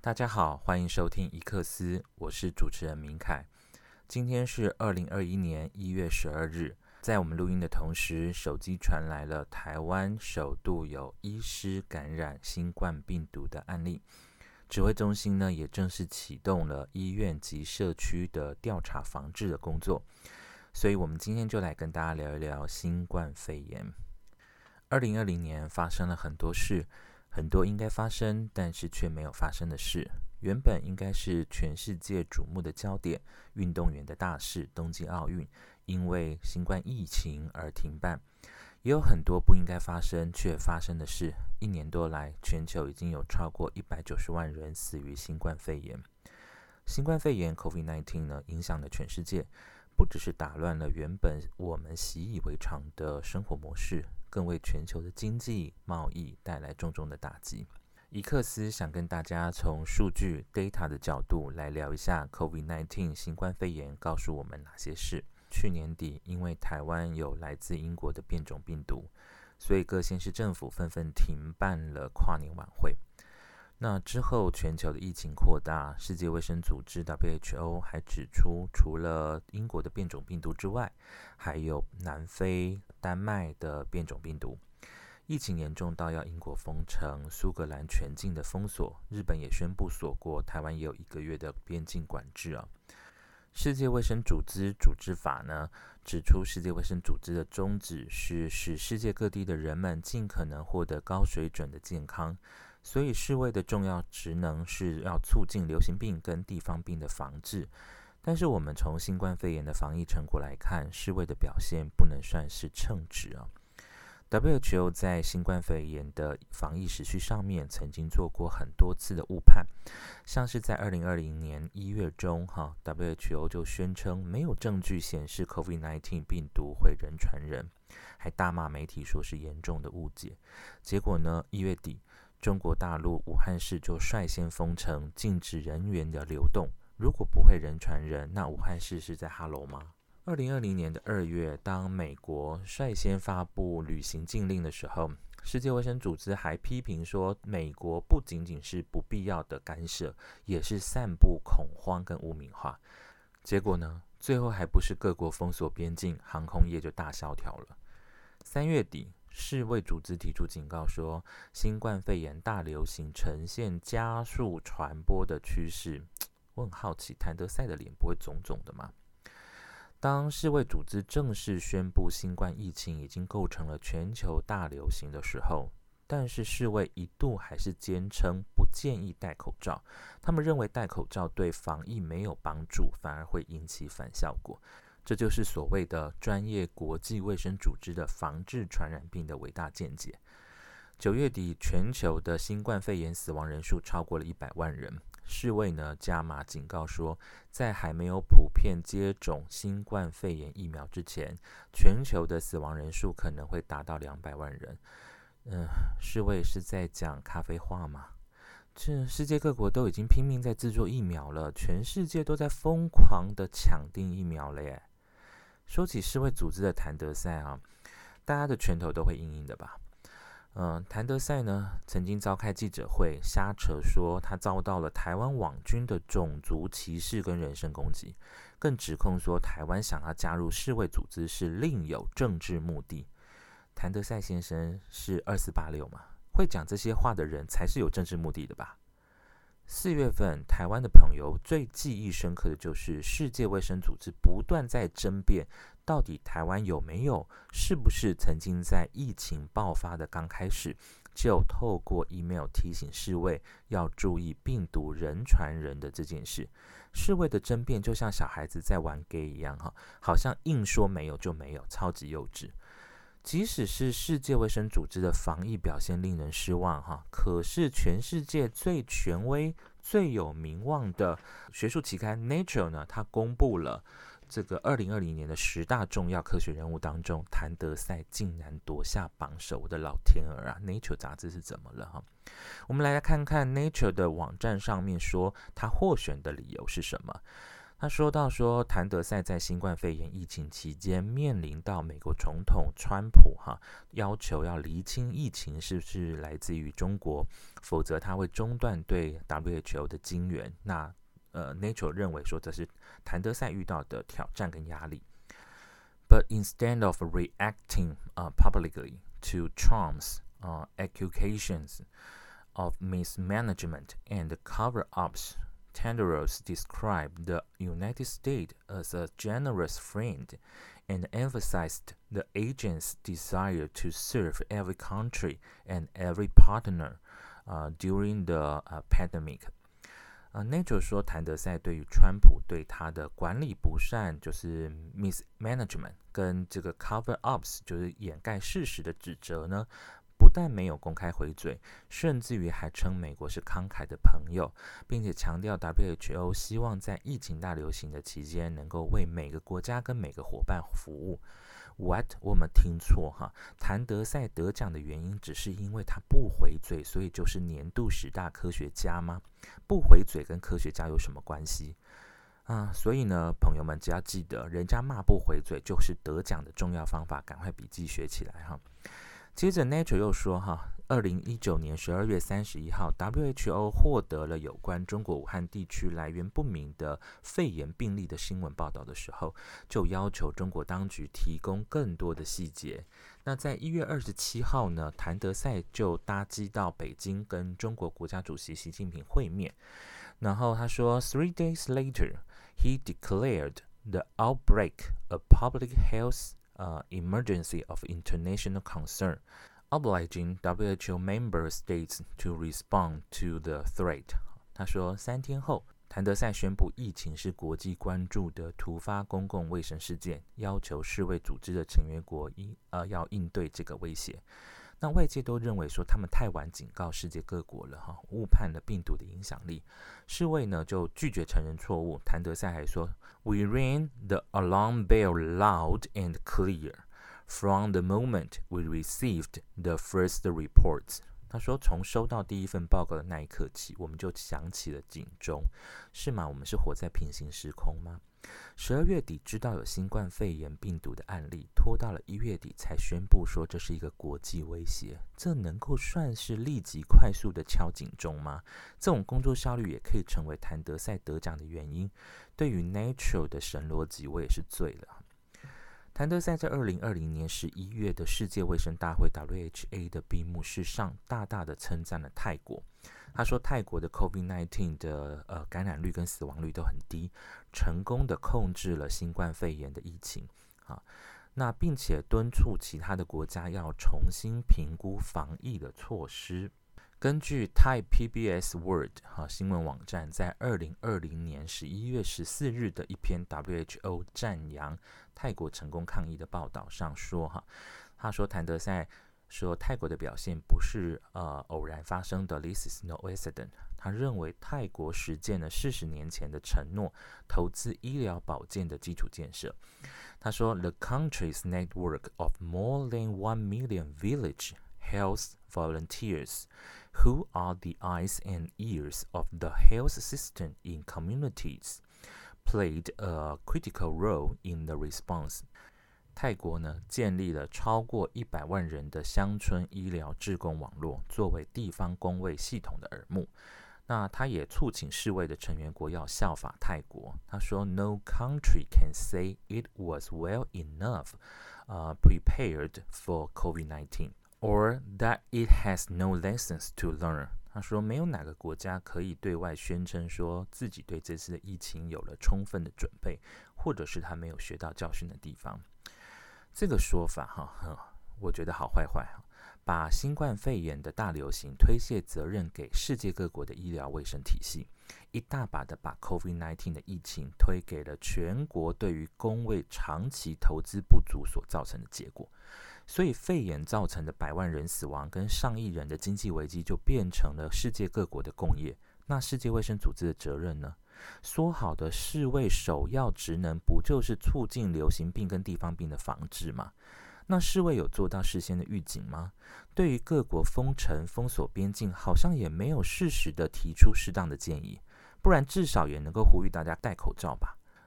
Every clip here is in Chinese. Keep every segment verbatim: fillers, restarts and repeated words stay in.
大家好，欢迎收听一刻思，我是主持人明凯。今天是二零二一年一月十二日，在我们录音的同时，手机传来了台湾首度有医师感染新冠病毒的案例。指挥中心呢，也正式启动了医院及社区的调查防治的工作。所以我们今天就来跟大家聊一聊新冠肺炎。二零二零年发生了很多事，很多应该发生但是却没有发生的事。原本应该是全世界瞩目的焦点，运动员的大事东京奥运，因为新冠疫情而停办。也有很多不应该发生却发生的事。一年多来，全球已经有超过一百九十万人死于新冠肺炎。新冠肺炎 COVID 十九 呢，影响了全世界，不只是打乱了原本我们习以为常的生活模式，更为全球的经济贸易带来重重的打击。伊克斯想跟大家从数据 data 的角度来聊一下 COVID 十九 新冠肺炎告诉我们哪些事。去年底，因为台湾有来自英国的变种病毒，所以各县市政府纷纷停办了跨年晚会。那之后，全球的疫情扩大，世界卫生组织 W H O 还指出，除了英国的变种病毒之外，还有南非、丹麦的变种病毒。疫情严重到要英国封城，苏格兰全境的封锁，日本也宣布锁国，台湾也有一个月的边境管制啊。世界卫生组织组织法呢，指出世界卫生组织的宗旨是使世界各地的人们尽可能获得高水准的健康，所以世卫的重要职能是要促进流行病跟地方病的防治。但是我们从新冠肺炎的防疫成果来看，世卫的表现不能算是称职啊。W H O 在新冠肺炎的防疫时序上面曾经做过很多次的误判，像是在二零二零年一月中哈 W H O 就宣称没有证据显示 COVID 十九 病毒会人传人，还大骂媒体说是严重的误解。结果呢，一月底中国大陆武汉市就率先封城，禁止人员的流动。如果不会人传人，那武汉市是在哈喽吗？二零二零年的二月，当美国率先发布旅行禁令的时候，世界卫生组织还批评说，美国不仅仅是不必要的干涉，也是散布恐慌跟污名化。结果呢，最后还不是各国封锁边境，航空业就大萧条了。三月底，世卫组织提出警告说，新冠肺炎大流行呈现加速传播的趋势。我很好奇，谭德赛的脸不会肿肿的吗？当世卫组织正式宣布新冠疫情已经构成了全球大流行的时候，但是世卫一度还是坚称不建议戴口罩。他们认为戴口罩对防疫没有帮助，反而会引起反效果。这就是所谓的专业国际卫生组织的防治传染病的伟大见解。九月底，全球的新冠肺炎死亡人数超过了一百万人。世卫呢加码警告说，在还没有普遍接种新冠肺炎疫苗之前，全球的死亡人数可能会达到两百万人。嗯，世卫是在讲咖啡话吗？这世界各国都已经拼命在制作疫苗了，全世界都在疯狂的抢订疫苗了耶。说起世卫组织的谭德赛啊，大家的拳头都会硬硬的吧？嗯，谭德赛呢曾经召开记者会，瞎扯说他遭到了台湾网军的种族歧视跟人身攻击，更指控说台湾想要加入世卫组织是另有政治目的。谭德赛先生是二四八六嘛，会讲这些话的人才是有政治目的的吧？四月份，台湾的朋友最记忆深刻的就是世界卫生组织不断在争辩，到底台湾有没有，是不是曾经在疫情爆发的刚开始，就透过 email 提醒世卫要注意病毒人传人的这件事。世卫的争辩就像小孩子在玩 gay 一样，好像硬说没有就没有，超级幼稚。即使是世界卫生组织的防疫表现令人失望哈，可是全世界最权威、最有名望的学术期刊 Nature 呢，它公布了这个二零二零年的十大重要科学人物当中，谭德赛竟然夺下榜首，我的老天儿啊 ！Nature 杂志是怎么了哈？我们来看看 Nature 的网站上面说他获选的理由是什么。 他说到说，谭德赛在新冠肺炎疫情期间面临到美国总统川普哈要求要厘清疫情是不是来自于中国，否则他会中断对 W H O 的经援。那呃 Nature 认为说这是谭德赛遇到的挑战跟压力。But instead of reacting、uh, publicly to Trump's、uh, accusations of mismanagement and cover-ups, Tedros described the United States as a generous friend and emphasized the agent's desire to serve every country and every partner uh, during the uh, pandemic. 呃 Nature 说，谭德赛对于川普对他的管理不善，就是 mismanagement 跟这个 cover-ups 就是掩盖事实的指责呢，不但没有公开回嘴，甚至于还称美国是慷慨的朋友，并且强调 W H O 希望在疫情大流行的期间能够为每个国家跟每个伙伴服务。What？ 我们听错哈？谭德赛得奖的原因只是因为他不回嘴，所以就是年度十大科学家吗？不回嘴跟科学家有什么关系啊？所以呢，朋友们只要记得，人家骂不回嘴就是得奖的重要方法，赶快笔记学起来哈。接着 Nature 又说哈，二零一九年十二月三十一号 W H O 获得了有关中国武汉地区来源不明的肺炎病例的新闻报道的时候，就要求中国当局提供更多的细节。那在一月二十七号呢，谭德赛就搭机到北京跟中国国家主席习近平会面，然后他说 Three days later, he declared the outbreak a public health、uh, emergency of international concern, obliging W H O member states to respond to the threat. 他说三天后，谭德赛宣布疫情是国际关注的突发公共卫生事件，要求世卫组织的成员国应、呃、要应对这个威胁。那外界都认为说他们太晚警告世界各国了哈，误判了病毒的影响力。世卫呢就拒绝承认错误。谭德赛还说 ，We rang the alarm bell loud and clear from the moment we received the first reports. 他说，从收到第一份报告的那一刻起，我们就响起了警钟。是吗？我们是活在平行时空吗？十二月底知道有新冠肺炎病毒的案例，拖到了一月底才宣布说这是一个国际威胁，这能够算是立即快速的敲警钟吗？这种工作效率也可以成为谭德赛得奖的原因。对于 Nature 的神逻辑，我也是醉了。谭德赛在二零二零年十一月的世界卫生大会 W H O 的闭幕式上，大大的称赞了泰国。他说泰国的 COVID 十九 的、呃、感染率跟死亡率都很低，成功的控制了新冠肺炎的疫情啊。那并且敦促其他的国家要重新评估防疫的措施。根据 Thai P B S World、啊、新闻网站在二零二零年十一月十四日的一篇 W H O 赞扬泰国成功抗疫的报道上说，哈，他说谭德赛说泰国的表现不是呃偶然发生的 ，This is no accident。他认为泰国实践了四十年前的承诺，投资医疗保健的基础建设。他说 ，The country's network of more than one million village health volunteers, who are the eyes and ears of the health system in communities, played a critical role in the response. 泰国呢建立了超过一百万人的乡村医疗志工网络，作为地方公卫系统的耳目。那他也促请世卫的成员国要效法泰国。他说 ，No country can say it was well enough, uh, prepared for COVID 十九, or that it has no lessons to learn. 他说，没有哪个国家可以对外宣称说自己对这次的疫情有了充分的准备，或者是他没有学到教训的地方。这个说法哈，我觉得好坏坏哈，把新冠肺炎的大流行推卸责任给世界各国的医疗卫生体系，一大把的把 COVID 十九 的疫情推给了全国对于公卫长期投资不足所造成的结果。所以肺炎造成的百万人死亡跟上亿人的经济危机就变成了世界各国的共业。那世界卫生组织的责任呢？说好的世卫首要职能不就是促进流行病跟地方病的防治吗？那世卫有做到事先的预警吗？对于各国封城封锁边境，好像也没有适时的提出适当的建议，不然至少也能够呼吁大家戴口罩吧。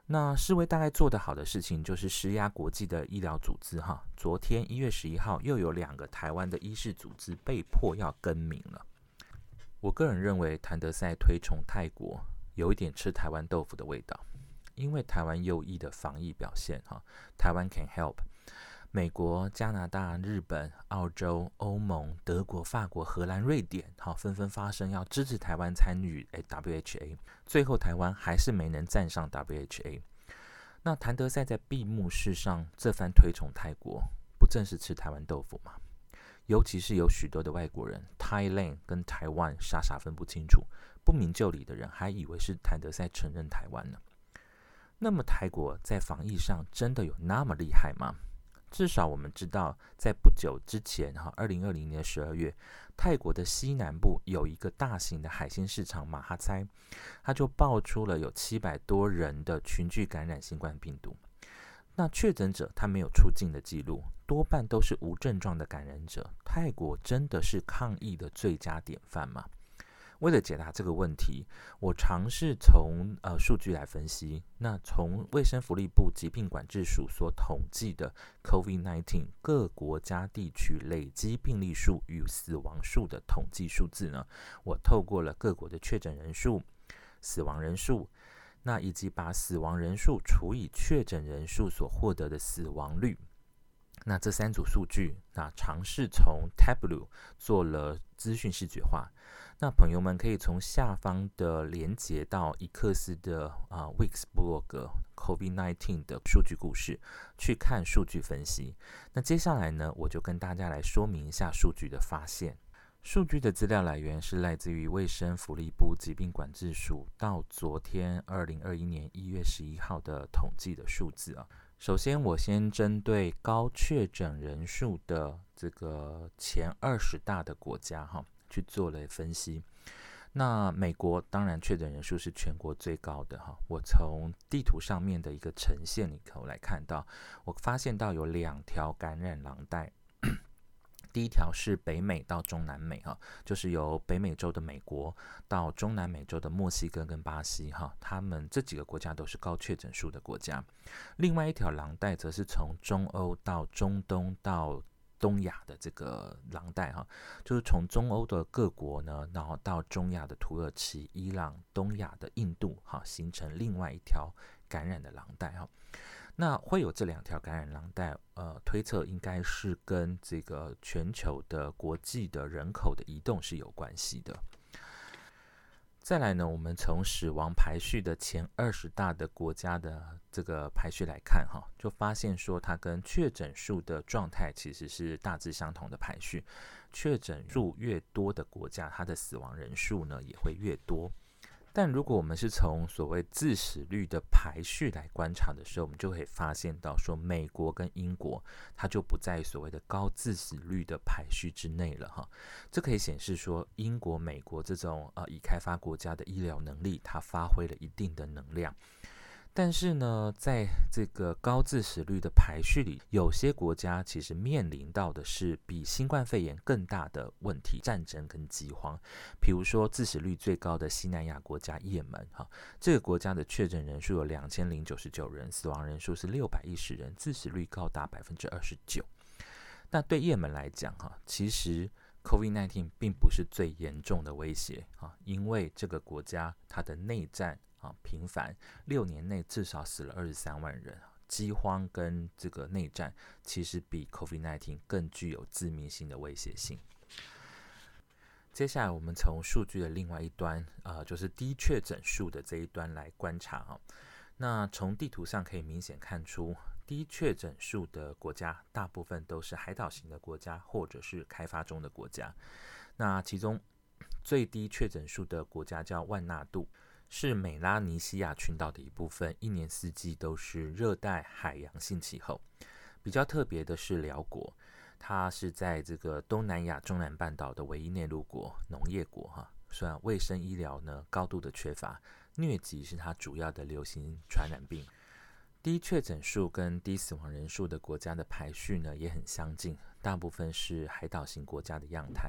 那世卫大概做得好的事情就是施压国际的医疗组织哈。昨天一月十一号又有两个台湾的医事组织被迫要更名了。我个人认为谭德赛推崇泰国有一点吃台湾豆腐的味道，因为台湾优异的防疫表现哈，台湾 can help。美国、加拿大、日本、澳洲、欧盟、德国、法国、荷兰、瑞典好纷纷发声要支持台湾参与 W H A， 最后台湾还是没能站上 W H A。 那谭德赛在闭幕式上这番推崇泰国，不正是吃台湾豆腐吗？尤其是有许多的外国人 Thailand 跟台湾傻傻分不清楚，不明就里的人还以为是谭德赛承认台湾呢。那么泰国在防疫上真的有那么厉害吗？至少我们知道，在不久之前二零二零年十二月，泰国的西南部有一个大型的海鲜市场马哈猜，它就爆出了有七百多人的群聚感染新冠病毒。那确诊者他没有出境的记录，多半都是无症状的感染者。泰国真的是抗疫的最佳典范吗？为了解答这个问题，我尝试从呃数据来分析。那从卫生福利部疾病管制署所统计的 COVID 十九 各国家地区累积病例数与死亡数的统计数字呢，我透过了各国的确诊人数、死亡人数，那以及把死亡人数除以确诊人数所获得的死亡率。那这三组数据，那尝试从 Tableau 做了资讯视觉化。那朋友们可以从下方的连结到一克斯的、呃、Wix blog COVID 十九 的数据故事去看数据分析。那接下来呢，我就跟大家来说明一下数据的发现。数据的资料来源是来自于卫生福利部疾病管制署到昨天二零二一年一月十一号的统计的数字啊。首先，我先针对高确诊人数的这个前二十大的国家哈去做了分析。那美国当然确诊人数是全国最高的哈。我从地图上面的一个呈现里头来看到，我发现到有两条感染廊带。第一条是北美到中南美哈，就是由北美洲的美国到中南美洲的墨西哥跟巴西哈，他们这几个国家都是高确诊数的国家。另外一条廊带则是从中欧到中东到东亚的这个廊带哈，就是从中欧的各国呢，然后到中亚的土耳其、伊朗、东亚的印度哈，形成另外一条感染的廊带哈。那会有这两条感染廊带，呃，推测应该是跟这个全球的国际的人口的移动是有关系的。再来呢，我们从死亡排序的前二十大的国家的这个排序来看哈，就发现说它跟确诊数的状态其实是大致相同的排序。确诊数越多的国家，它的死亡人数呢也会越多。但如果我们是从所谓致死率的排序来观察的时候，我们就可以发现到说，美国跟英国它就不在所谓的高致死率的排序之内了哈。这可以显示说，英国、美国这种呃已开发国家的医疗能力，它发挥了一定的能量。但是呢，在这个高致死率的排序里，有些国家其实面临到的是比新冠肺炎更大的问题，战争跟饥荒。比如说致死率最高的西南亚国家也门，哈，这个国家的确诊人数有两千零九十九人，死亡人数是六百一十人，致死率高达百分之二十九。那对也门来讲，哈，其实 COVID 十九 并不是最严重的威胁，哈，因为这个国家它的内战频繁，六年内至少死了二十三万人。饥荒跟这个内战其实比 COVID 十九 更具有致命性的威胁性。接下来我们从数据的另外一端，呃，就是低确诊数的这一端来观察哈。那从地图上可以明显看出，低确诊数的国家大部分都是海岛型的国家或者是开发中的国家。那其中最低确诊数的国家叫万纳度，是美拉尼西亚群岛的一部分，一年四季都是热带海洋性气候。比较特别的是辽国，它是在这个东南亚中南半岛的唯一内陆国、农业国哈。虽然卫生医疗呢高度的缺乏，疟疾是它主要的流行传染病。低确诊数跟低死亡人数的国家的排序呢也很相近，大部分是海岛型国家的样态。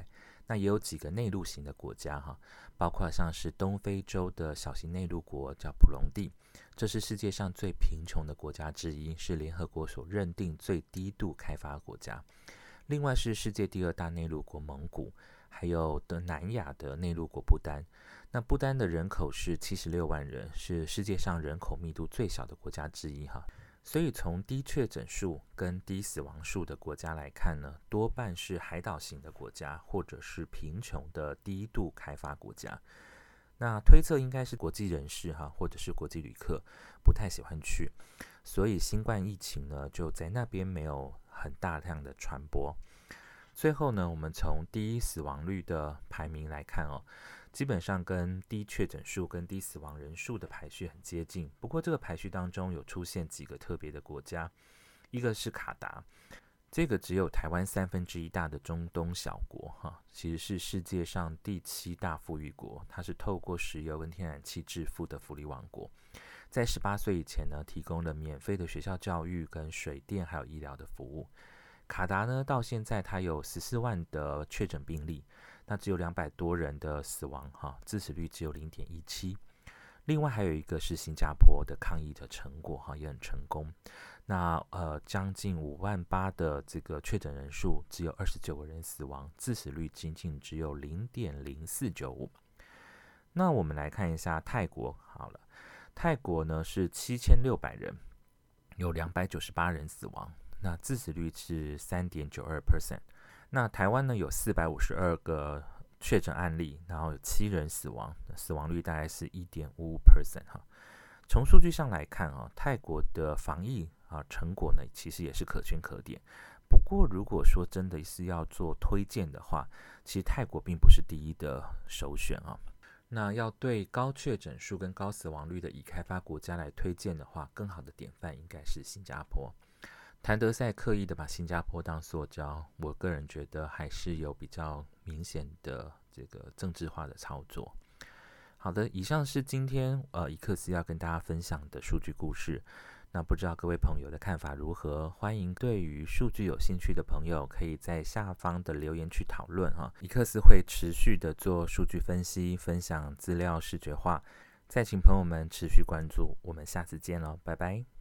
那也有几个内陆型的国家哈，包括像是东非洲的小型内陆国叫普隆地，这是世界上最贫穷的国家之一，是联合国所认定最低度开发国家。另外是世界第二大内陆国蒙古，还有的南亚的内陆国不丹。那不丹的人口是七十六万人，是世界上人口密度最小的国家之一哈。所以从低确诊数跟低死亡数的国家来看呢，多半是海岛型的国家，或者是贫穷的低度开发国家。那推测应该是国际人士哈，或者是国际旅客不太喜欢去，所以新冠疫情呢就在那边没有很大量的传播。最后呢，我们从低死亡率的排名来看哦，基本上跟低确诊数跟低死亡人数的排序很接近。不过这个排序当中有出现几个特别的国家，一个是卡达，这个只有台湾三分之一大的中东小国哈，其实是世界上第七大富裕国，它是透过石油跟天然气致富的福利王国。在十八岁以前呢，提供了免费的学校教育跟水电还有医疗的服务。卡达呢，到现在它有十四万的确诊病例，那只有两百多人的死亡哈，致死率只有 零点一七。另外还有一个是新加坡的抗疫的成果哈，也很成功。那呃，将近五万八的这个确诊人数，只有二十九个人死亡，致死率仅仅只有 零点零四九五。那我们来看一下泰国好了，泰国呢是七千六百人，有两百九十八人死亡。那致死率是 百分之三点九二。 那台湾呢有四百五十二个确诊案例，然后有七人死亡，死亡率大概是 百分之一点五五。 从数据上来看啊，泰国的防疫啊成果呢其实也是可圈可点。不过如果说真的是要做推荐的话，其实泰国并不是第一的首选啊。那要对高确诊数跟高死亡率的已开发国家来推荐的话，更好的典范应该是新加坡。谭德赛刻意的把新加坡当塑胶，我个人觉得还是有比较明显的这个政治化的操作。好的，以上是今天呃一克斯要跟大家分享的数据故事。那不知道各位朋友的看法如何？欢迎对于数据有兴趣的朋友，可以在下方的留言区讨论哈。一克斯会持续的做数据分析，分享资料视觉化，再请朋友们持续关注。我们下次见喽，拜拜。